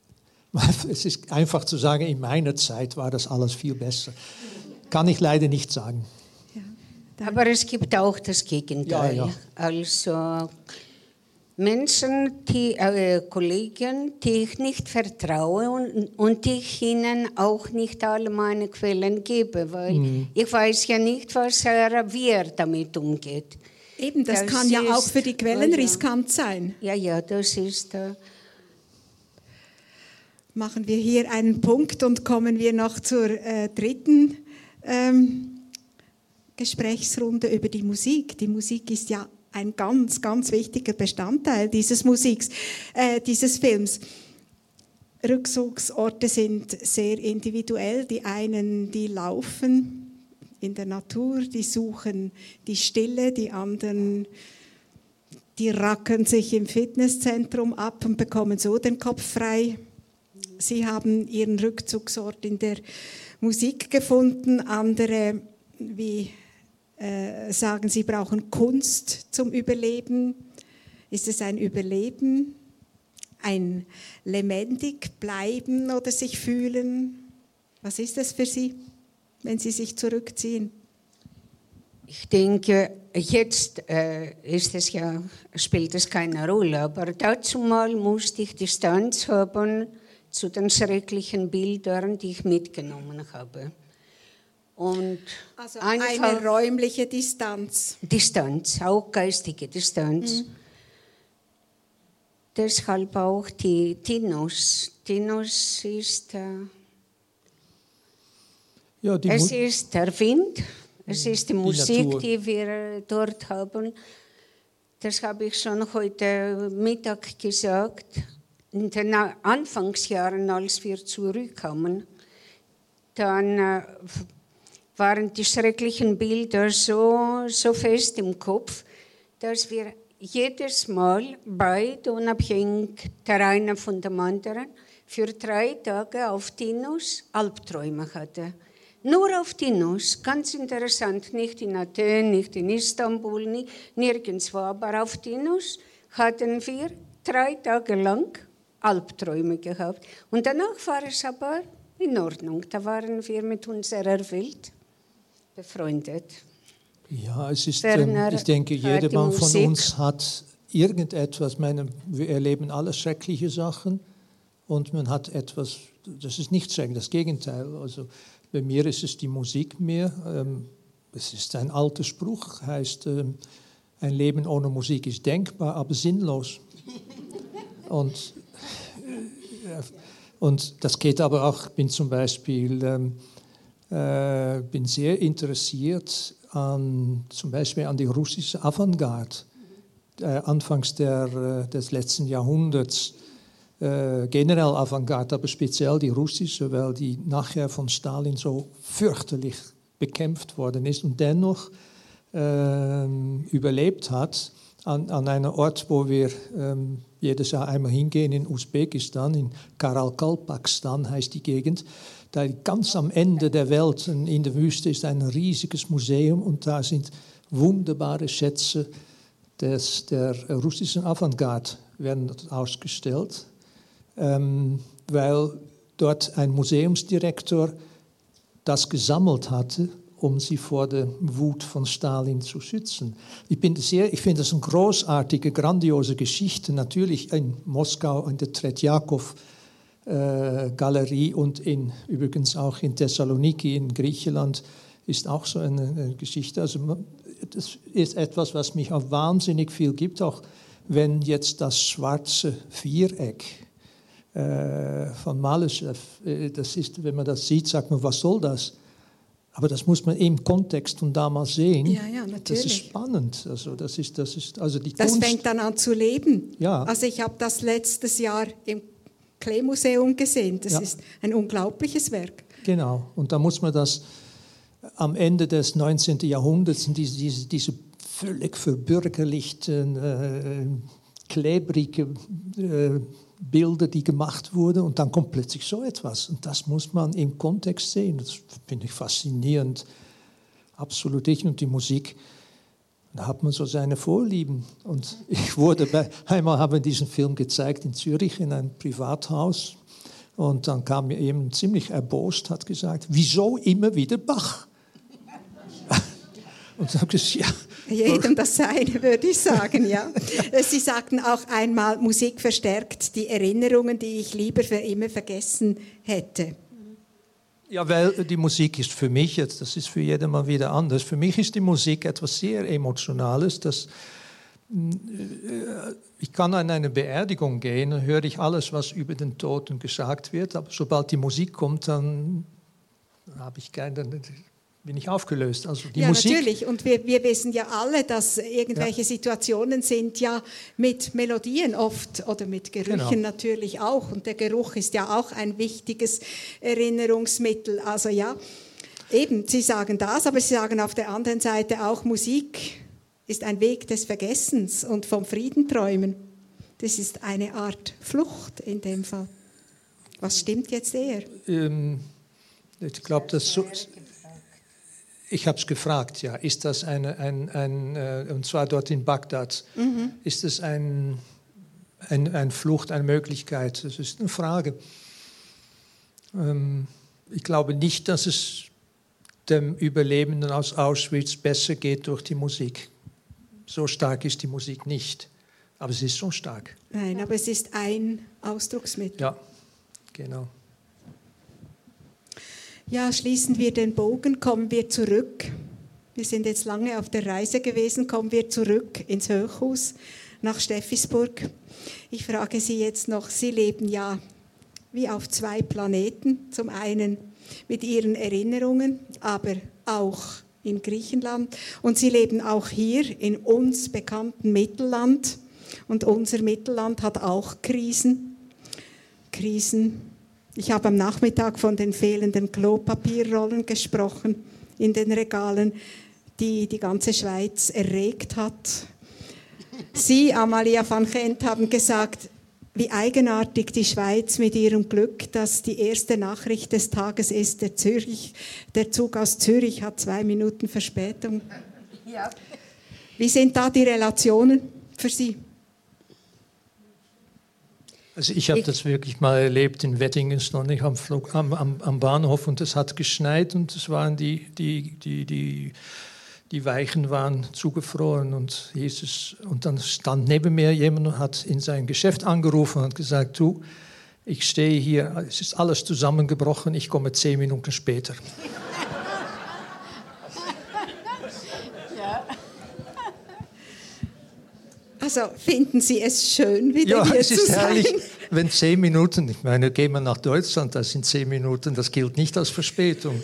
[SPEAKER 3] Es ist einfach zu sagen, in meiner Zeit war das alles viel besser. Kann ich leider nicht sagen.
[SPEAKER 2] Ja, aber es gibt auch das Gegenteil. Ja, ja. Also Menschen, die, äh, Kollegen, die ich nicht vertraue und, und die ich ihnen auch nicht alle meine Quellen gebe, weil mhm. ich weiß ja nicht, was er, wie er damit umgeht.
[SPEAKER 1] Eben, das, das kann ja ist, auch für die Quellen ja, riskant sein.
[SPEAKER 2] Ja, ja, das ist... Äh,
[SPEAKER 1] Machen wir hier einen Punkt und kommen wir noch zur äh, dritten ähm, Gesprächsrunde über die Musik. Die Musik ist ja ein ganz, ganz wichtiger Bestandteil dieses Musiks, äh, dieses Films. Rückzugsorte sind sehr individuell. Die einen, die laufen in der Natur, die suchen die Stille, die anderen, die rackern sich im Fitnesszentrum ab und bekommen so den Kopf frei. Sie haben ihren Rückzugsort in der Musik gefunden. Andere, wie äh, sagen, sie brauchen Kunst zum Überleben. Ist es ein Überleben, ein lebendig bleiben oder sich fühlen? Was ist es für Sie, wenn Sie sich zurückziehen?
[SPEAKER 2] Ich denke, jetzt äh, ist es ja, spielt es keine Rolle, aber dazu mal musste ich Distanz haben zu den schrecklichen Bildern, die ich mitgenommen habe. Und
[SPEAKER 1] also eine räumliche Distanz.
[SPEAKER 2] Distanz, auch geistige Distanz. Mhm. Deshalb auch die Tinus. Tinus ist, äh, ja, die es Mu- ist der Wind, es ist die, die Musik, Natur. Die wir dort haben. Das habe ich schon heute Mittag gesagt. In den Anfangsjahren, als wir zurückkamen, dann äh, waren die schrecklichen Bilder so, so fest im Kopf, dass wir jedes Mal beide, unabhängig der eine von dem anderen, für drei Tage auf Tinus Albträume hatten. Nur auf Tinus, ganz interessant, nicht in Athen, nicht in Istanbul, nicht, nirgendwo, aber auf Tinus hatten wir drei Tage lang Albträume gehabt. Und danach war es aber in Ordnung. Da waren wir mit unserer Welt befreundet.
[SPEAKER 3] Ja, es ist, ähm, ich denke, jedermann von uns hat irgendetwas. Meine, wir erleben alle schreckliche Sachen und man hat etwas, das ist nicht schrecklich, das Gegenteil. Also bei mir ist es die Musik mehr. Ähm, es ist ein alter Spruch, heißt, ähm, ein Leben ohne Musik ist denkbar, aber sinnlos. Und Und das geht aber auch, ich bin zum Beispiel, ähm, äh, bin sehr interessiert an, zum Beispiel an die russische Avantgarde, äh, anfangs der, äh, des letzten Jahrhunderts. Äh, generell Avantgarde, aber speziell die russische, weil die nachher von Stalin so fürchterlich bekämpft worden ist und dennoch äh, überlebt hat an, an einem Ort, wo wir ähm, jedes Jahr einmal hingehen, in Usbekistan, in Karakalpakstan heißt die Gegend. Da ganz am Ende der Welt in der Wüste ist ein riesiges Museum und da sind wunderbare Schätze des, der russischen Avantgarde werden ausgestellt. Ähm, weil dort ein Museumsdirektor das gesammelt hatte, um sie vor der Wut von Stalin zu schützen. Ich, bin sehr, ich finde das eine großartige, grandiose Geschichte. Natürlich in Moskau, in der Tretjakow-Galerie äh, und in, übrigens auch in Thessaloniki in Griechenland ist auch so eine, eine Geschichte. Also das ist etwas, was mich auch wahnsinnig viel gibt, auch wenn jetzt das schwarze Viereck von Maleschew, das ist, wenn man das sieht, sagt man, was soll das? Aber das muss man im Kontext von damals sehen.
[SPEAKER 1] Ja, ja, natürlich.
[SPEAKER 3] Das ist spannend. Also das ist, das ist, also die
[SPEAKER 1] das
[SPEAKER 3] Kunst.
[SPEAKER 1] Fängt dann an zu leben.
[SPEAKER 3] Ja.
[SPEAKER 1] Also ich habe das letztes Jahr im Klee-Museum gesehen. Das ja. ist ein unglaubliches Werk.
[SPEAKER 3] Genau. Und da muss man das am Ende des neunzehnten Jahrhunderts, diese, diese, diese völlig verbürgerlichten, äh, klebrige äh, Bilder, die gemacht wurden, und dann kommt plötzlich so etwas. Und das muss man im Kontext sehen. Das finde ich faszinierend. Absolut ich. Und die Musik, da hat man so seine Vorlieben. Und ich wurde bei, einmal haben wir diesen Film gezeigt in Zürich in einem Privathaus. Und dann kam mir eben ziemlich erbost, hat gesagt, wieso immer wieder Bach? Und dann habe ich gesagt, ja.
[SPEAKER 1] Jedem das Seine, würde ich sagen, ja. Sie sagten auch einmal, Musik verstärkt die Erinnerungen, die ich lieber für immer vergessen hätte.
[SPEAKER 3] Ja, weil die Musik ist für mich, jetzt, das ist für jedermann wieder anders, für mich ist die Musik etwas sehr Emotionales. Das, ich kann an eine Beerdigung gehen, dann höre ich alles, was über den Toten gesagt wird, aber sobald die Musik kommt, dann habe ich keine... bin ich aufgelöst. Also die
[SPEAKER 1] ja,
[SPEAKER 3] Musik,
[SPEAKER 1] natürlich. Und wir, wir wissen ja alle, dass irgendwelche ja. Situationen sind ja mit Melodien oft oder mit Gerüchen genau. natürlich auch. Und der Geruch ist ja auch ein wichtiges Erinnerungsmittel. Also ja, eben, Sie sagen das, aber Sie sagen auf der anderen Seite auch, Musik ist ein Weg des Vergessens und vom Frieden träumen. Das ist eine Art Flucht in dem Fall. Was stimmt jetzt eher?
[SPEAKER 3] Ähm, ich glaube, dass so... Ich habe es gefragt, ja. Ist das eine, ein, ein, ein, und zwar dort in Bagdad, mhm. ist es ein, ein, ein Flucht, eine Möglichkeit? Das ist eine Frage. Ähm, ich glaube nicht, dass es dem Überlebenden aus Auschwitz besser geht durch die Musik. So stark ist die Musik nicht, aber es ist schon stark.
[SPEAKER 1] Nein, aber es ist ein Ausdrucksmittel.
[SPEAKER 3] Ja, genau.
[SPEAKER 1] Ja, schließen wir den Bogen, kommen wir zurück. Wir sind jetzt lange auf der Reise gewesen, kommen wir zurück ins Höchhaus nach Steffisburg. Ich frage Sie jetzt noch, Sie leben ja wie auf zwei Planeten. Zum einen mit Ihren Erinnerungen, aber auch in Griechenland. Und Sie leben auch hier in uns bekannten Mittelland. Und unser Mittelland hat auch Krisen. Krisen. Ich habe am Nachmittag von den fehlenden Klopapierrollen gesprochen in den Regalen, die die ganze Schweiz erregt hat. Sie, Amalia van Gent, haben gesagt, wie eigenartig die Schweiz mit ihrem Glück, dass die erste Nachricht des Tages ist, der, Zürich, der Zug aus Zürich hat zwei Minuten Verspätung. Ja. Wie sind da die Relationen für Sie?
[SPEAKER 3] Also ich habe das wirklich mal erlebt in Wettingen, stand ich am, Flug, am, am, am Bahnhof und es hat geschneit und es waren die, die, die, die, die Weichen waren zugefroren und, hieß es, und dann stand neben mir jemand und hat in sein Geschäft angerufen und gesagt, du, ich stehe hier, es ist alles zusammengebrochen, ich komme zehn Minuten später.
[SPEAKER 1] Also finden Sie es schön, wieder
[SPEAKER 3] ja,
[SPEAKER 1] hier
[SPEAKER 3] es
[SPEAKER 1] zu
[SPEAKER 3] ist
[SPEAKER 1] sein?
[SPEAKER 3] Herrlich. wenn zehn Minuten, ich meine, gehen wir nach Deutschland, das sind zehn Minuten, das gilt nicht als Verspätung.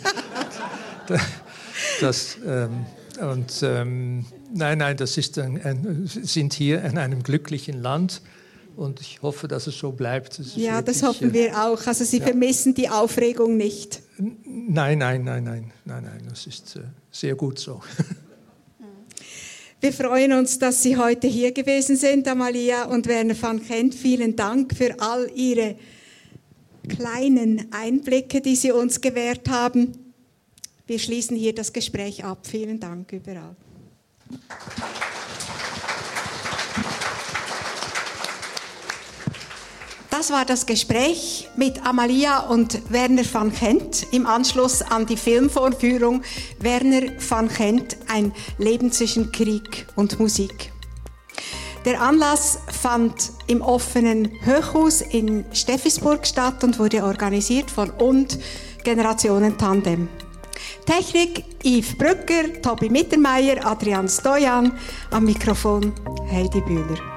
[SPEAKER 3] Das, ähm, und ähm, nein, nein, das ist ein, ein, sind hier in einem glücklichen Land und ich hoffe, dass es so bleibt. Das
[SPEAKER 1] ja,
[SPEAKER 3] wirklich,
[SPEAKER 1] das hoffen wir auch. Also Sie ja. vermissen die Aufregung nicht?
[SPEAKER 3] Nein, nein, nein, nein, nein, nein, das ist äh, sehr gut so.
[SPEAKER 1] Wir freuen uns, dass Sie heute hier gewesen sind, Amalia und Werner van Gent. Vielen Dank für all Ihre kleinen Einblicke, die Sie uns gewährt haben. Wir schließen hier das Gespräch ab. Vielen Dank überall. Das war das Gespräch mit Amalia und Werner van Gent im Anschluss an die Filmvorführung Werner van Gent, ein Leben zwischen Krieg und Musik. Der Anlass fand im offenen Höchhaus in Steffisburg statt und wurde organisiert von und Generationen Tandem. Technik Yves Brücker, Tobi Mittermeier, Adrian Stojan, am Mikrofon Heidi Bühler.